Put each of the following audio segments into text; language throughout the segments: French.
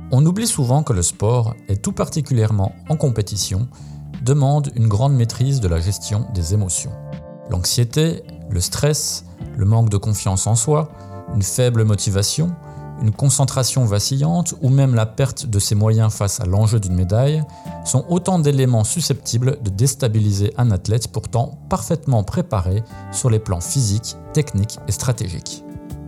On oublie souvent que le sport, et tout particulièrement en compétition, demande une grande maîtrise de la gestion des émotions. L'anxiété, le stress, le manque de confiance en soi, une faible motivation, une concentration vacillante ou même la perte de ses moyens face à l'enjeu d'une médaille sont autant d'éléments susceptibles de déstabiliser un athlète pourtant parfaitement préparé sur les plans physiques, techniques et stratégiques.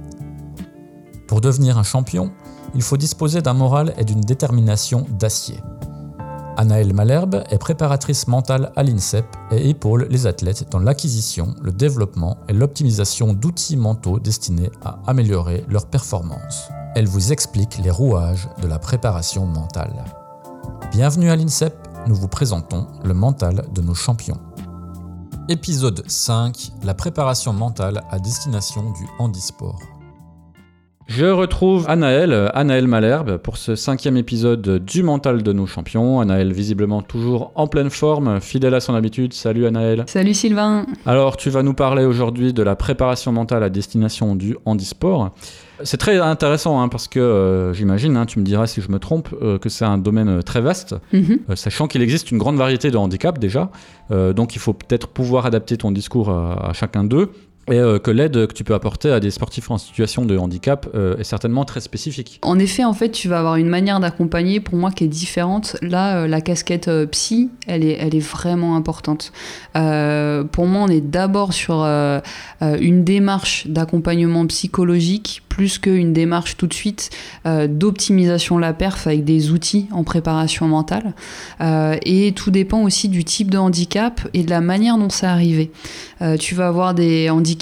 Pour devenir un champion, il faut disposer d'un moral et d'une détermination d'acier. Anaëlle Malherbe est préparatrice mentale à l'INSEP et épaule les athlètes dans l'acquisition, le développement et l'optimisation d'outils mentaux destinés à améliorer leur performance. Elle vous explique les rouages de la préparation mentale. Bienvenue à l'INSEP, nous vous présentons le mental de nos champions. Épisode 5, la préparation mentale à destination du handisport. Je retrouve Anaëlle Malherbe pour ce 5e épisode du mental de nos champions. Anaëlle visiblement toujours en pleine forme, fidèle à son habitude. Salut Anaëlle. Salut Sylvain. Alors tu vas nous parler aujourd'hui de la préparation mentale à destination du handisport. C'est très intéressant parce que j'imagine, tu me diras si je me trompe, que c'est un domaine très vaste, sachant qu'il existe une grande variété de handicaps déjà. Donc il faut peut-être pouvoir adapter ton discours à chacun d'eux. Et que l'aide que tu peux apporter à des sportifs en situation de handicap est certainement très spécifique. En effet, tu vas avoir une manière d'accompagner pour moi qui est différente. Là, la casquette psy, elle est vraiment importante. Pour moi, on est d'abord sur une démarche d'accompagnement psychologique plus qu'une démarche tout de suite d'optimisation de la perf avec des outils en préparation mentale. Et tout dépend aussi du type de handicap et de la manière dont c'est arrivé. Tu vas avoir des handicaps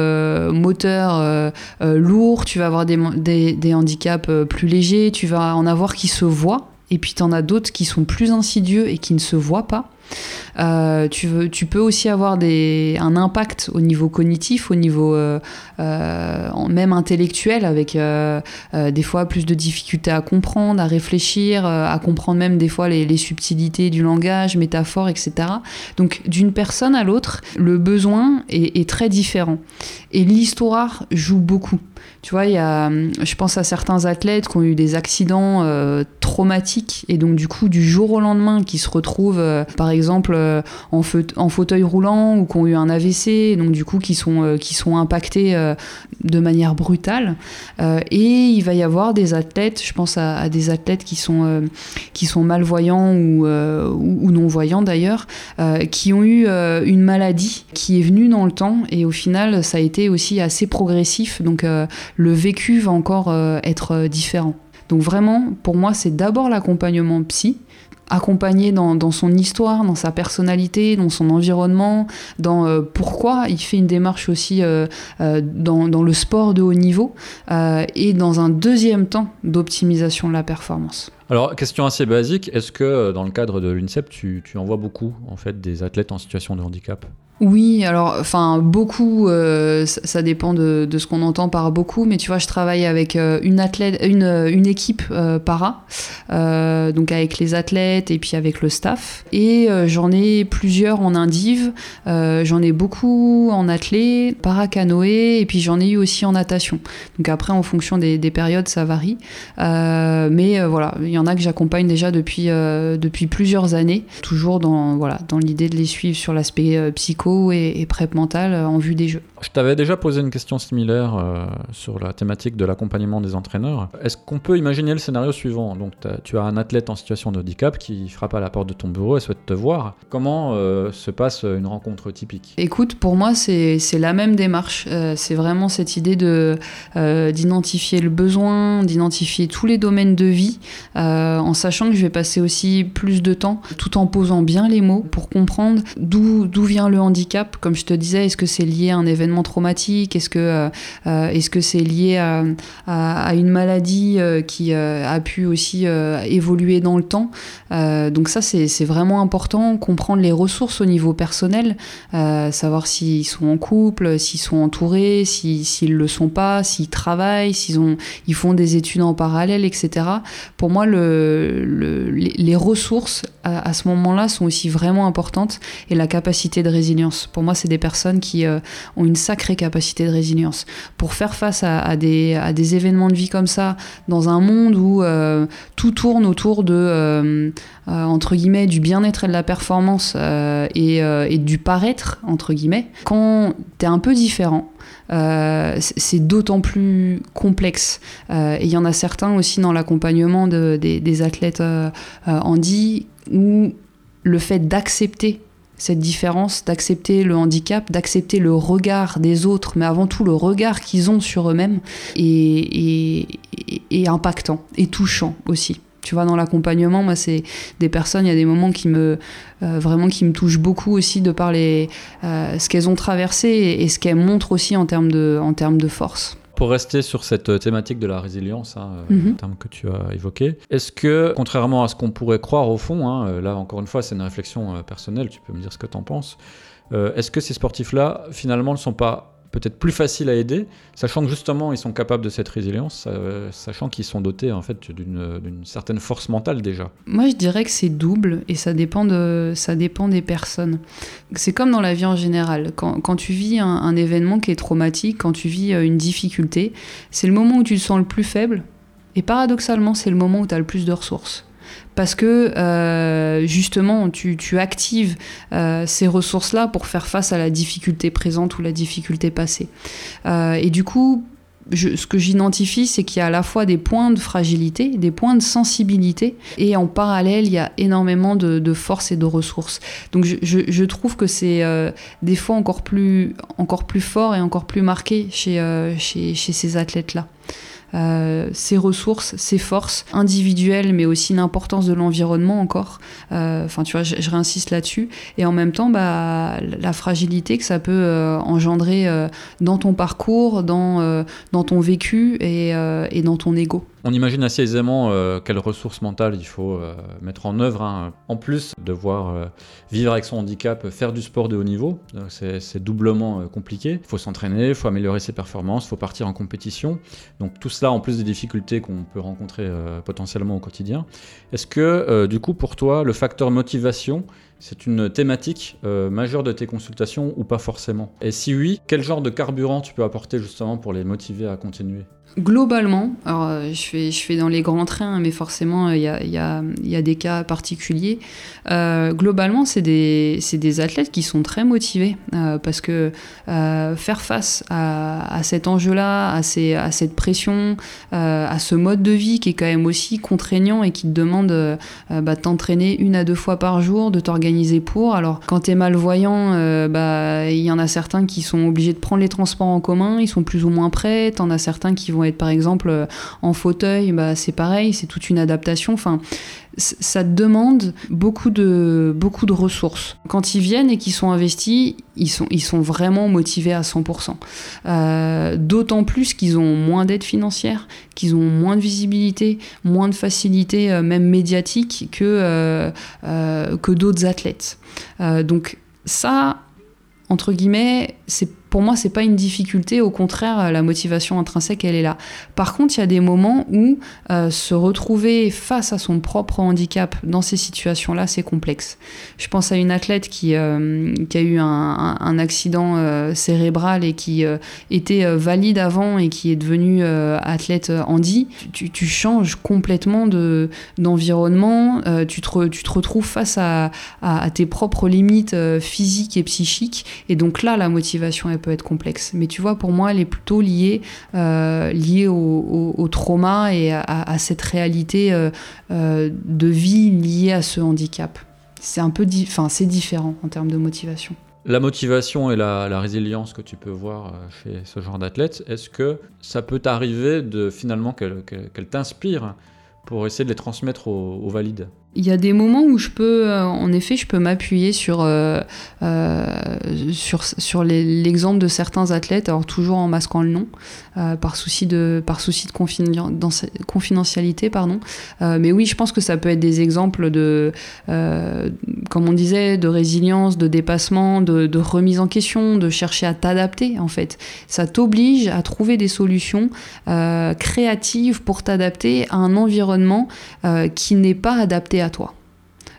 moteurs lourds, tu vas avoir des handicaps plus légers, tu vas en avoir qui se voient, et puis tu en as d'autres qui sont plus insidieux et qui ne se voient pas. Tu peux aussi avoir un impact au niveau cognitif, au niveau même intellectuel, avec des fois plus de difficultés à comprendre, à réfléchir, à comprendre même des fois les subtilités du langage, métaphores, etc. Donc d'une personne à l'autre, le besoin est très différent. Et l'histoire joue beaucoup. Tu vois, je pense à certains athlètes qui ont eu des accidents traumatiques et donc du coup du jour au lendemain qui se retrouvent par exemple en fauteuil roulant ou qui ont eu un AVC et donc du coup qui sont impactés de manière brutale. Et il va y avoir des athlètes, je pense à des athlètes qui sont malvoyants ou non-voyants d'ailleurs, qui ont eu une maladie qui est venue dans le temps et au final ça a été aussi assez progressif, donc le vécu va encore être différent. Donc vraiment, pour moi, c'est d'abord l'accompagnement psy, accompagné dans son histoire, dans sa personnalité, dans son environnement, dans pourquoi il fait une démarche aussi dans le sport de haut niveau, et dans un deuxième temps d'optimisation de la performance. Alors, question assez basique, est-ce que dans le cadre de l'INSEP, tu envoies beaucoup en fait, des athlètes en situation de handicap ? Oui, alors, beaucoup, ça dépend de ce qu'on entend par beaucoup, mais tu vois, je travaille avec une équipe para, donc avec les athlètes et puis avec le staff, et j'en ai plusieurs en indiv, j'en ai beaucoup en athlé, para-canoë, et puis j'en ai eu aussi en natation. Donc après, en fonction des périodes, ça varie, mais voilà, il y en a que j'accompagne déjà depuis plusieurs années, toujours dans l'idée de les suivre sur l'aspect psycho et prep mentale en vue des Jeux. Je t'avais déjà posé une question similaire sur la thématique de l'accompagnement des entraîneurs. Est-ce qu'on peut imaginer le scénario suivant ? Donc tu as un athlète en situation de handicap qui frappe à la porte de ton bureau et souhaite te voir. Comment se passe une rencontre typique ? Écoute, pour moi, c'est la même démarche. C'est vraiment cette idée d'identifier le besoin, d'identifier tous les domaines de vie, en sachant que je vais passer aussi plus de temps, tout en posant bien les mots, pour comprendre d'où vient le handicap. Comme je te disais, est-ce que c'est lié à un événement traumatique ? Est-ce que c'est lié à une maladie qui a pu aussi évoluer dans le temps ? Donc ça, c'est vraiment important, comprendre les ressources au niveau personnel, savoir s'ils sont en couple, s'ils sont entourés, s'ils le sont pas, s'ils travaillent, ils font des études en parallèle, etc. Pour moi, les ressources à ce moment-là sont aussi vraiment importantes, et la capacité de résilience. Pour moi, c'est des personnes qui ont une sacrée capacité de résilience. Pour faire face à des événements de vie comme ça, dans un monde où tout tourne autour de, entre guillemets, du bien-être et de la performance et du paraître, entre guillemets, quand t'es un peu différent, c'est d'autant plus complexe. Et il y en a certains aussi dans l'accompagnement des athlètes handi, où le fait d'accepter cette différence, d'accepter le handicap, d'accepter le regard des autres, mais avant tout le regard qu'ils ont sur eux-mêmes, est impactant et touchant aussi. Tu vois, dans l'accompagnement, moi, c'est des personnes, il y a des moments qui me touchent beaucoup aussi de par ce qu'elles ont traversé et ce qu'elles montrent aussi en termes de force. Pour rester sur cette thématique de la résilience, le terme que tu as évoqué, est-ce que, contrairement à ce qu'on pourrait croire au fond, là encore une fois c'est une réflexion personnelle, tu peux me dire ce que tu en penses, est-ce que ces sportifs-là finalement ne sont pas peut-être plus faciles à aider, sachant que justement ils sont capables de cette résilience, sachant qu'ils sont dotés en fait d'une certaine force mentale déjà? Moi je dirais que c'est double et ça dépend des personnes. C'est comme dans la vie en général, quand tu vis un événement qui est traumatique, quand tu vis une difficulté, c'est le moment où tu te sens le plus faible et paradoxalement c'est le moment où tu as le plus de ressources. Parce que justement tu actives ces ressources-là pour faire face à la difficulté présente ou la difficulté passée. Et du coup, ce que j'identifie, c'est qu'il y a à la fois des points de fragilité, des points de sensibilité, et en parallèle, il y a énormément de force et de ressources. Donc je trouve que c'est des fois encore plus fort et encore plus marqué chez ces athlètes-là. Ses ressources, ses forces individuelles, mais aussi l'importance de l'environnement encore. Enfin, tu vois, je réinsiste là-dessus. Et en même temps, la fragilité que ça peut engendrer dans ton parcours, dans ton vécu et dans ton ego. On imagine assez aisément quelles ressources mentales il faut mettre en œuvre. En plus de devoir vivre avec son handicap, faire du sport de haut niveau, c'est doublement compliqué. Il faut s'entraîner, il faut améliorer ses performances, il faut partir en compétition. Donc tout cela en plus des difficultés qu'on peut rencontrer potentiellement au quotidien. Est-ce que du coup pour toi, le facteur motivation, c'est une thématique majeure de tes consultations ou pas forcément? Et si oui, quel genre de carburant tu peux apporter justement pour les motiver à continuer? Globalement, alors je fais dans les grands trains, mais forcément il y a des cas particuliers. Globalement, c'est des athlètes qui sont très motivés parce que faire face à cet enjeu-là, à cette pression, à ce mode de vie qui est quand même aussi contraignant et qui te demande de t'entraîner 1 à 2 fois par jour, de t'organiser pour. Alors quand t'es malvoyant, il y en a certains qui sont obligés de prendre les transports en commun, ils sont plus ou moins prêts. T'en as certains qui vont être par exemple en fauteuil, c'est pareil, c'est toute une adaptation. Enfin, ça demande beaucoup de ressources. Quand ils viennent et qu'ils sont investis, ils sont vraiment motivés à 100%. D'autant plus qu'ils ont moins d'aide financière, qu'ils ont moins de visibilité, moins de facilité, même médiatique, que d'autres athlètes. Donc ça, entre guillemets, pour moi, c'est pas une difficulté, au contraire, la motivation intrinsèque, elle est là. Par contre, il y a des moments où se retrouver face à son propre handicap dans ces situations-là, c'est complexe. Je pense à une athlète qui a eu un accident cérébral et qui était valide avant et qui est devenue athlète handi. Tu changes complètement d'environnement, tu te retrouves face à tes propres limites physiques et psychiques, et donc là, la motivation, elle peut être complexe. Mais tu vois, pour moi, elle est plutôt liée au trauma et à cette réalité de vie liée à ce handicap. C'est un peu c'est différent en termes de motivation. La motivation et la résilience que tu peux voir chez ce genre d'athlète, est-ce que ça peut t'arriver finalement qu'elle t'inspire pour essayer de les transmettre aux valides? Il y a des moments où je peux m'appuyer sur l'exemple de certains athlètes, alors toujours en masquant le nom, par souci de confidentialité, pardon. Mais oui, je pense que ça peut être des exemples de, comme on disait, de résilience, de dépassement, de remise en question, de chercher à t'adapter, en fait. Ça t'oblige à trouver des solutions créatives pour t'adapter à un environnement qui n'est pas adapté à toi.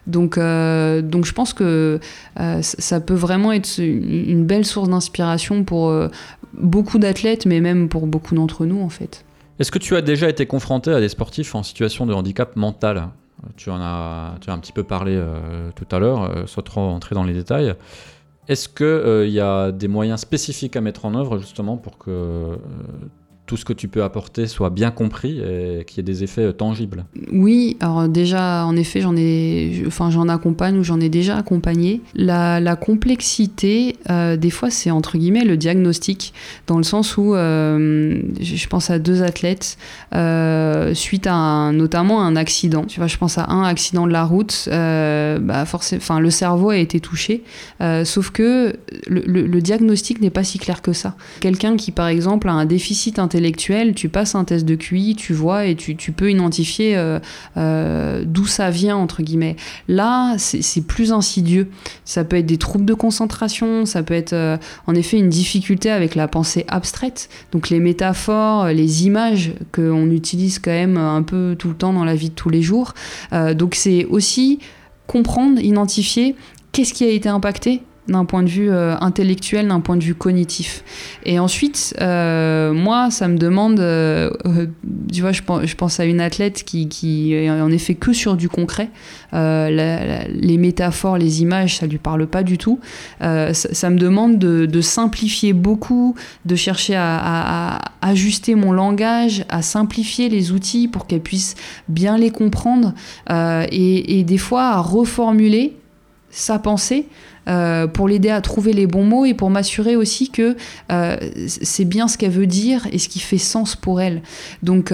Donc je pense que ça peut vraiment être une belle source d'inspiration pour beaucoup d'athlètes, mais même pour beaucoup d'entre nous en fait. Est-ce que tu as déjà été confronté à des sportifs en situation de handicap mental ? Tu as un petit peu parlé tout à l'heure, sans trop entrer dans les détails. Est-ce qu'il y a des moyens spécifiques à mettre en œuvre justement pour que tout ce que tu peux apporter soit bien compris et qu'il y ait des effets tangibles ? Oui, alors déjà, en effet, j'en accompagne ou j'en ai déjà accompagné. La complexité, des fois, c'est entre guillemets le diagnostic, dans le sens où je pense à 2 athlètes suite à notamment un accident. Tu vois, je pense à un accident de la route, le cerveau a été touché, sauf que le diagnostic n'est pas si clair que ça. Quelqu'un qui, par exemple, a un déficit intellectuel, tu passes un test de QI, tu vois et tu peux identifier d'où ça vient, entre guillemets. Là, c'est plus insidieux. Ça peut être des troubles de concentration, ça peut être en effet une difficulté avec la pensée abstraite, donc les métaphores, les images qu'on utilise quand même un peu tout le temps dans la vie de tous les jours. Donc c'est aussi comprendre, identifier qu'est-ce qui a été impacté d'un point de vue intellectuel, d'un point de vue cognitif. Et ensuite, moi, ça me demande... tu vois, je pense à une athlète qui est en effet que sur du concret. Les métaphores, les images, ça lui parle pas du tout. Ça me demande de simplifier beaucoup, de chercher à ajuster mon langage, à simplifier les outils pour qu'elle puisse bien les comprendre et des fois à reformuler sa pensée pour l'aider à trouver les bons mots et pour m'assurer aussi que c'est bien ce qu'elle veut dire et ce qui fait sens pour elle. Donc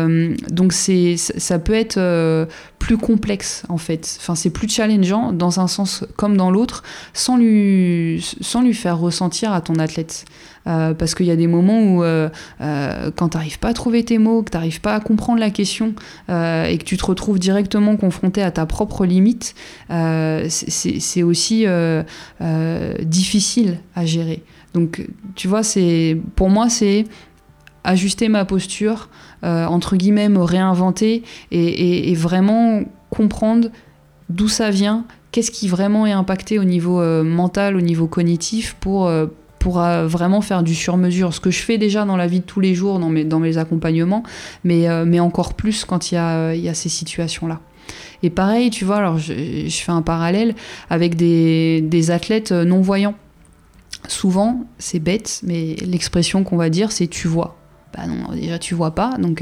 ça peut être plus complexe en fait. Enfin, c'est plus challengeant dans un sens comme dans l'autre sans lui faire ressentir à ton athlète. Parce qu'il y a des moments où quand tu n'arrives pas à trouver tes mots, que tu n'arrives pas à comprendre la question et que tu te retrouves directement confronté à ta propre limite, c'est aussi difficile à gérer. Donc tu vois, pour moi c'est ajuster ma posture, entre guillemets me réinventer et vraiment comprendre d'où ça vient, qu'est-ce qui vraiment est impacté au niveau mental, au niveau cognitif pour vraiment faire du sur-mesure. Ce que je fais déjà dans la vie de tous les jours, dans mes accompagnements, mais encore plus quand il y a ces situations-là. Et pareil, tu vois, alors je fais un parallèle avec des athlètes non-voyants. Souvent, c'est bête, mais l'expression qu'on va dire, c'est « tu vois ». Bah non, déjà, tu vois pas, donc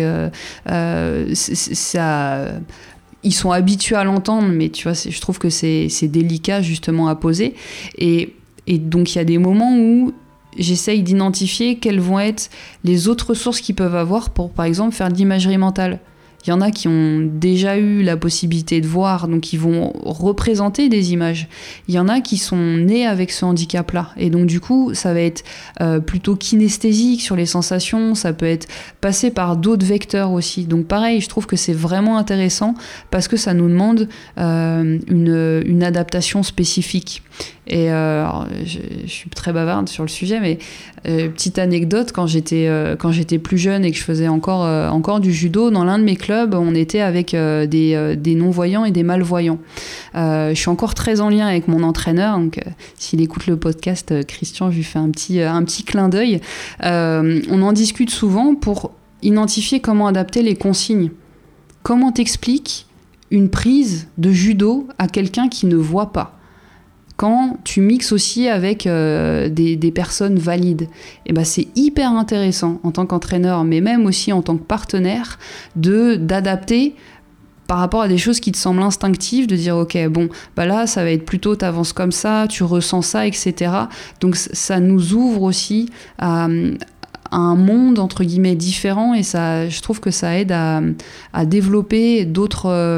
ça... Ils sont habitués à l'entendre, mais tu vois, je trouve que c'est délicat justement à poser. Et donc, il y a des moments où j'essaye d'identifier quelles vont être les autres ressources qu'ils peuvent avoir pour, par exemple, faire de l'imagerie mentale. Il y en a qui ont déjà eu la possibilité de voir, donc ils vont représenter des images. Il y en a qui sont nés avec ce handicap-là. Et donc du coup, ça va être plutôt kinesthésique sur les sensations, ça peut être passé par d'autres vecteurs aussi. Donc pareil, je trouve que c'est vraiment intéressant parce que ça nous demande une adaptation spécifique. Et je suis très bavarde sur le sujet, mais petite anecdote, quand j'étais plus jeune et que je faisais encore du judo, dans l'un de mes clubs, on était avec des non-voyants et des malvoyants. Je suis encore très en lien avec mon entraîneur, donc s'il écoute le podcast, Christian, je lui fais un petit clin d'œil. On en discute souvent pour identifier comment adapter les consignes. Comment t'expliques une prise de judo à quelqu'un qui ne voit pas ? Quand tu mixes aussi avec des personnes valides, et ben c'est hyper intéressant en tant qu'entraîneur, mais même aussi en tant que partenaire, d'adapter par rapport à des choses qui te semblent instinctives, de dire ok, bon, bah là ça va être plutôt t'avances comme ça, tu ressens ça, etc. Donc ça nous ouvre aussi à un monde entre guillemets différent, et ça, je trouve que ça aide à développer d'autres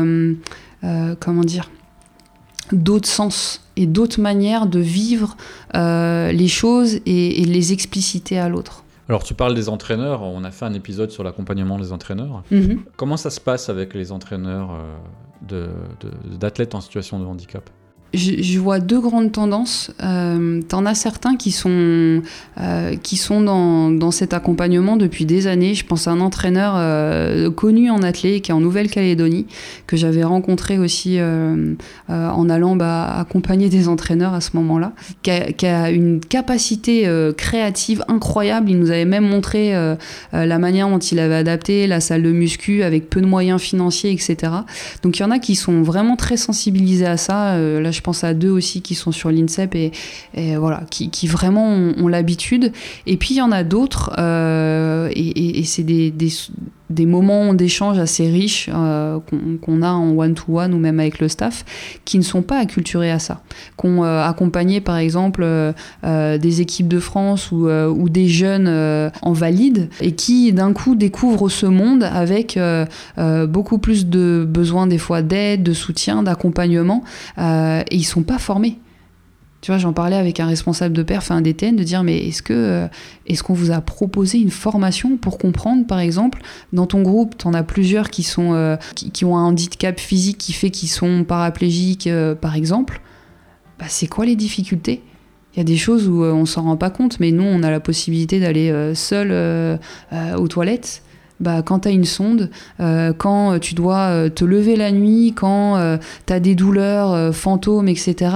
d'autres sens et d'autres manières de vivre les choses et les expliciter à l'autre. Alors tu parles des entraîneurs, on a fait un épisode sur l'accompagnement des entraîneurs. Comment ça se passe avec les entraîneurs d'athlètes en situation de handicap ? je vois deux grandes tendances. T'en as certains qui sont dans cet accompagnement depuis des années. Je pense à un entraîneur connu en athlée qui est en Nouvelle-Calédonie, que j'avais rencontré aussi en allant accompagner des entraîneurs à ce moment-là, qui a une capacité créative incroyable. Il nous avait même montré la manière dont il avait adapté la salle de muscu avec peu de moyens financiers, etc. Donc il y en a qui sont vraiment très sensibilisés à ça. Là, je pense à 2 aussi qui sont sur l'INSEP et voilà, qui vraiment ont l'habitude. Et puis il y en a d'autres, et c'est des moments d'échange assez riches qu'on a en one-to-one ou même avec le staff, qui ne sont pas acculturés à ça, qu'on accompagné par exemple des équipes de France ou des jeunes en valide, et qui d'un coup découvrent ce monde avec beaucoup plus de besoins des fois d'aide, de soutien, d'accompagnement, et ils sont pas formés. Tu vois, j'en parlais avec un responsable de perf, un DTN, de dire mais est-ce qu'on vous a proposé une formation pour comprendre, par exemple, dans ton groupe, t'en as plusieurs qui sont qui ont un handicap physique qui fait qu'ils sont paraplégiques, par exemple. C'est quoi les difficultés ? Il y a des choses où on s'en rend pas compte, mais nous, on a la possibilité d'aller seul aux toilettes. Quand t'as une sonde, quand tu dois te lever la nuit, quand t'as des douleurs fantômes, etc.,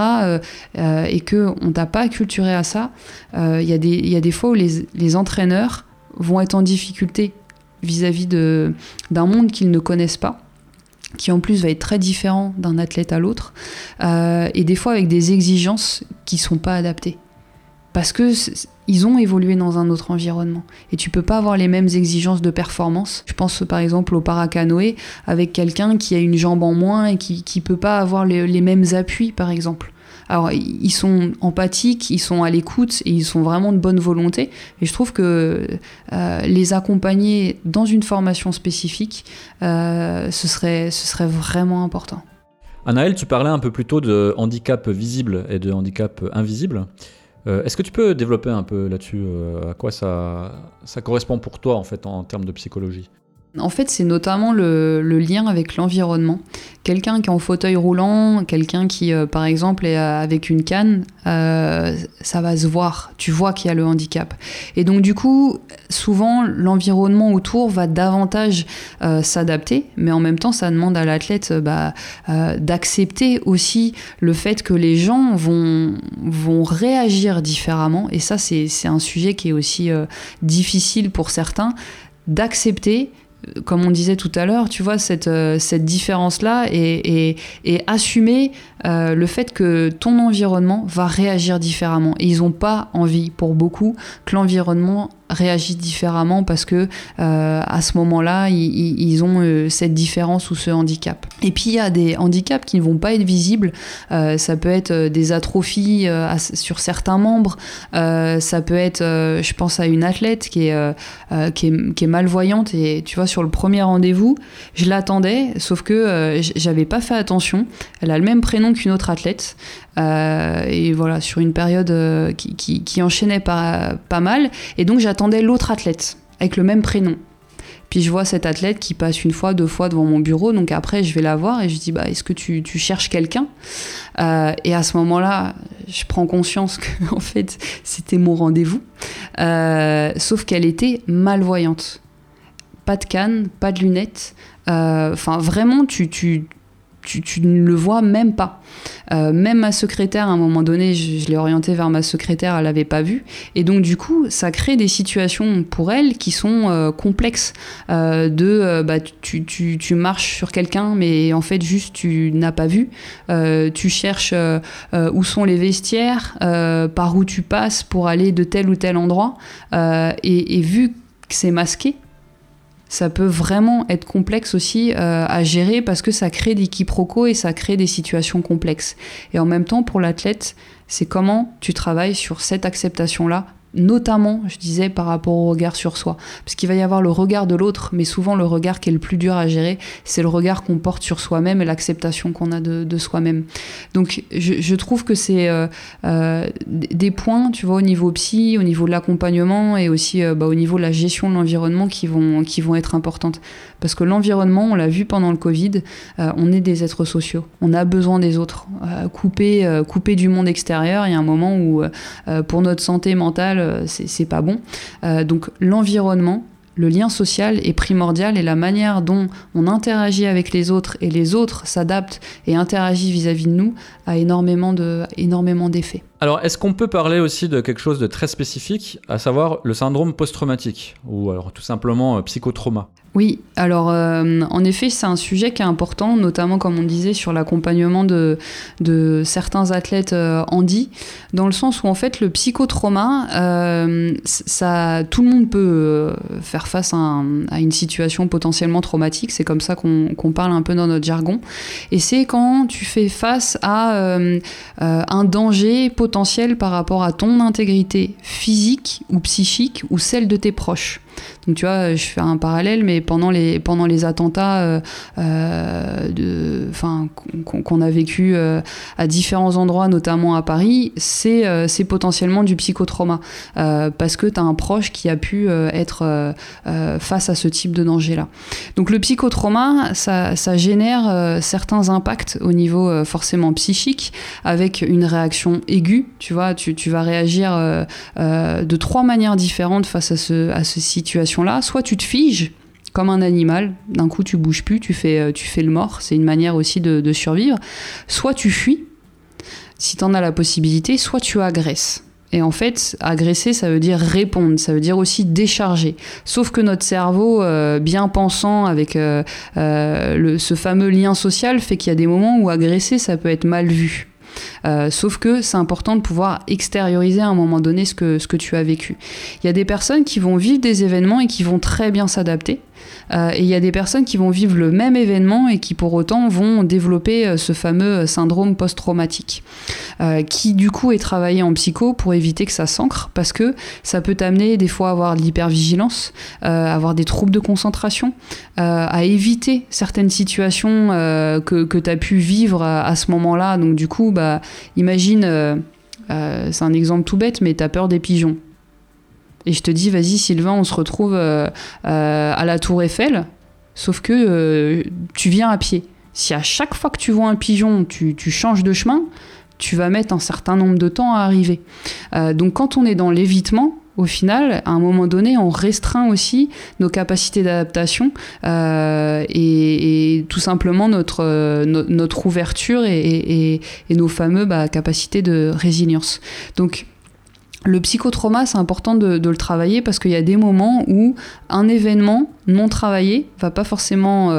et qu'on t'a pas acculturé à ça, il y a des fois où les entraîneurs vont être en difficulté vis-à-vis d'un monde qu'ils ne connaissent pas, qui en plus va être très différent d'un athlète à l'autre, et des fois avec des exigences qui sont pas adaptées. Parce que ils ont évolué dans un autre environnement. Et tu peux pas avoir les mêmes exigences de performance. Je pense par exemple au paracanoë, avec quelqu'un qui a une jambe en moins et qui peut pas avoir les mêmes appuis, par exemple. Alors, ils sont empathiques, ils sont à l'écoute et ils sont vraiment de bonne volonté. Et je trouve que les accompagner dans une formation spécifique, ce serait vraiment important. Anaëlle, tu parlais un peu plus tôt de handicap visible et de handicap invisible. Est-ce que tu peux développer un peu là-dessus, à quoi ça correspond pour toi en fait en termes de psychologie ? En fait, c'est notamment le lien avec l'environnement. Quelqu'un qui est en fauteuil roulant, quelqu'un qui, par exemple, est avec une canne, ça va se voir. Tu vois qu'il y a le handicap. Et donc, du coup, souvent, l'environnement autour va davantage s'adapter, mais en même temps, ça demande à l'athlète d'accepter aussi le fait que les gens vont réagir différemment. Et ça, c'est un sujet qui est aussi difficile pour certains, d'accepter, comme on disait tout à l'heure, tu vois, cette différence-là et assumer le fait que ton environnement va réagir différemment. Et ils n'ont pas envie, pour beaucoup, que l'environnement réagissent différemment parce que à ce moment-là, ils ont cette différence ou ce handicap. Et puis il y a des handicaps qui ne vont pas être visibles. Ça peut être des atrophies sur certains membres. Ça peut être, je pense à une athlète qui est malvoyante, et tu vois, sur le premier rendez-vous, je l'attendais, sauf que j'avais pas fait attention. Elle a le même prénom qu'une autre athlète. Et voilà, sur une période qui enchaînait pas mal, et donc j'attendais l'autre athlète avec le même prénom. Puis je vois cette athlète qui passe 1 fois, 2 fois devant mon bureau, donc après je vais la voir et je dis est-ce que tu cherches quelqu'un ? Et à ce moment-là, je prends conscience que en fait c'était mon rendez-vous, sauf qu'elle était malvoyante, pas de canne, pas de lunettes, enfin vraiment tu ne le vois même pas. Même ma secrétaire, à un moment donné, je l'ai orientée vers ma secrétaire, elle l'avait pas vue. Et donc, du coup, ça crée des situations pour elle qui sont complexes. Tu marches sur quelqu'un, mais en fait, juste, tu n'as pas vu. Tu cherches où sont les vestiaires, par où tu passes pour aller de tel ou tel endroit. Et vu que c'est masqué, ça peut vraiment être complexe aussi à gérer, parce que ça crée des quiproquos et ça crée des situations complexes. Et en même temps, pour l'athlète, c'est comment tu travailles sur cette acceptation-là notamment, je disais, par rapport au regard sur soi. Parce qu'il va y avoir le regard de l'autre, mais souvent le regard qui est le plus dur à gérer, c'est le regard qu'on porte sur soi-même et l'acceptation qu'on a de soi-même. Donc je trouve que c'est des points, tu vois, au niveau psy, au niveau de l'accompagnement et aussi au niveau de la gestion de l'environnement qui vont être importantes. Parce que l'environnement, on l'a vu pendant le Covid, on est des êtres sociaux. On a besoin des autres. Coupé du monde extérieur, il y a un moment où pour notre santé mentale, c'est pas bon. Donc l'environnement, le lien social est primordial et la manière dont on interagit avec les autres et les autres s'adaptent et interagissent vis-à-vis de nous a énormément d'effets. Alors, est-ce qu'on peut parler aussi de quelque chose de très spécifique, à savoir le syndrome post-traumatique, ou alors tout simplement psychotrauma? Oui, alors en effet, c'est un sujet qui est important, notamment comme on disait sur l'accompagnement de certains athlètes handi, dans le sens où en fait le psychotrauma, tout le monde peut faire face à une situation potentiellement traumatique, c'est comme ça qu'on parle un peu dans notre jargon, et c'est quand tu fais face à un danger potentiel par rapport à ton intégrité physique ou psychique ou celle de tes proches. Donc tu vois, je fais un parallèle, mais pendant les attentats qu'on a vécu à différents endroits, notamment à Paris, c'est potentiellement du psychotrauma, parce que tu as un proche qui a pu être face à ce type de danger-là. Donc le psychotrauma, ça génère certains impacts au niveau forcément psychique, avec une réaction aiguë, tu vois, tu vas réagir de 3 manières différentes face à ce situation-là. Soit tu te figes comme un animal, d'un coup tu bouges plus, tu fais le mort, c'est une manière aussi de survivre. Soit tu fuis, si tu en as la possibilité, soit tu agresses. Et en fait, agresser, ça veut dire répondre, ça veut dire aussi décharger. Sauf que notre cerveau, bien pensant avec ce fameux lien social, fait qu'il y a des moments où agresser, ça peut être mal vu. Sauf que c'est important de pouvoir extérioriser à un moment donné ce que tu as vécu. Il y a des personnes qui vont vivre des événements et qui vont très bien s'adapter. Et il y a des personnes qui vont vivre le même événement et qui pour autant vont développer ce fameux syndrome post-traumatique, qui du coup est travaillé en psycho pour éviter que ça s'ancre, parce que ça peut t'amener des fois à avoir de l'hypervigilance, avoir des troubles de concentration, à éviter certaines situations que tu as pu vivre à ce moment-là. Donc du coup, imagine, c'est un exemple tout bête, mais tu as peur des pigeons. Et je te dis, vas-y Sylvain, on se retrouve à la Tour Eiffel, sauf que tu viens à pied. Si à chaque fois que tu vois un pigeon, tu changes de chemin, tu vas mettre un certain nombre de temps à arriver. Donc quand on est dans l'évitement, au final, à un moment donné, on restreint aussi nos capacités d'adaptation et tout simplement notre ouverture et nos fameuses capacités de résilience. Donc, le psychotrauma, c'est important de le travailler parce qu'il y a des moments où un événement non travaillé va pas forcément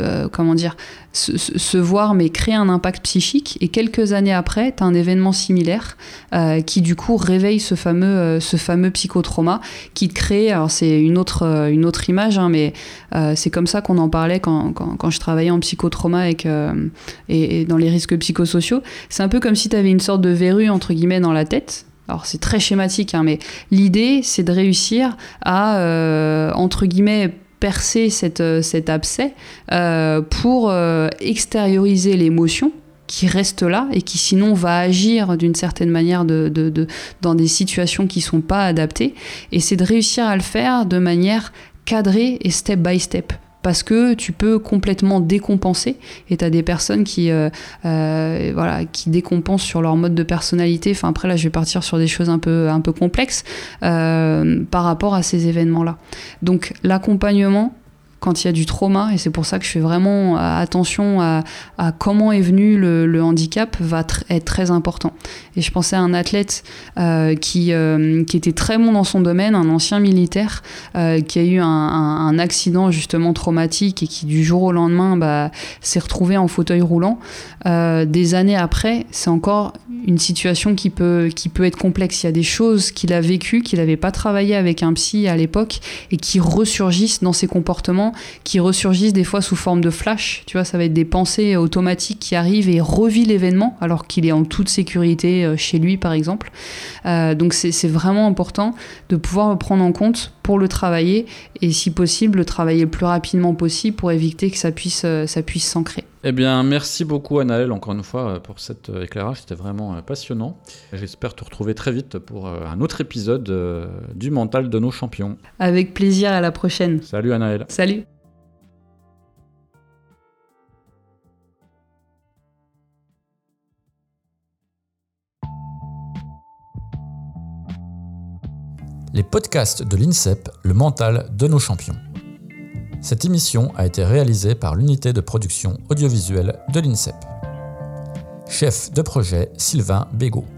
se voir mais créer un impact psychique, et quelques années après tu as un événement similaire qui du coup réveille ce fameux psychotrauma qui te crée, alors c'est une autre image mais c'est comme ça qu'on en parlait quand je travaillais en psychotrauma et dans les risques psychosociaux. C'est un peu comme si tu avais une sorte de verrue entre guillemets dans la tête. Alors c'est très schématique, mais l'idée c'est de réussir à, entre guillemets, percer cet abcès pour extérioriser l'émotion qui reste là et qui sinon va agir d'une certaine manière dans des situations qui sont pas adaptées. Et c'est de réussir à le faire de manière cadrée et step by step. Parce que tu peux complètement décompenser, et tu as des personnes qui décompensent sur leur mode de personnalité. Enfin, après, là, je vais partir sur des choses un peu complexes par rapport à ces événements-là. Donc, l'accompagnement, quand il y a du trauma, et c'est pour ça que je fais vraiment attention à comment est venu le handicap, va être très important. Et je pensais à un athlète qui était très bon dans son domaine, un ancien militaire, qui a eu un accident justement traumatique et qui du jour au lendemain s'est retrouvé en fauteuil roulant. Des années après, c'est encore une situation qui peut être complexe. Il y a des choses qu'il a vécues, qu'il n'avait pas travaillé avec un psy à l'époque, et qui ressurgissent dans ses comportements événements qui ressurgissent des fois sous forme de flash. Tu vois, ça va être des pensées automatiques qui arrivent et revit l'événement alors qu'il est en toute sécurité chez lui, par exemple. Donc c'est vraiment important de pouvoir le prendre en compte pour le travailler et si possible le travailler le plus rapidement possible pour éviter que ça puisse s'ancrer. Eh bien, merci beaucoup Anaëlle, encore une fois, pour cet éclairage. C'était vraiment passionnant. J'espère te retrouver très vite pour un autre épisode du mental de nos champions. Avec plaisir, à la prochaine. Salut Anaëlle. Salut. Les podcasts de l'INSEP, le mental de nos champions. Cette émission a été réalisée par l'unité de production audiovisuelle de l'INSEP. Chef de projet Sylvain Bégaud.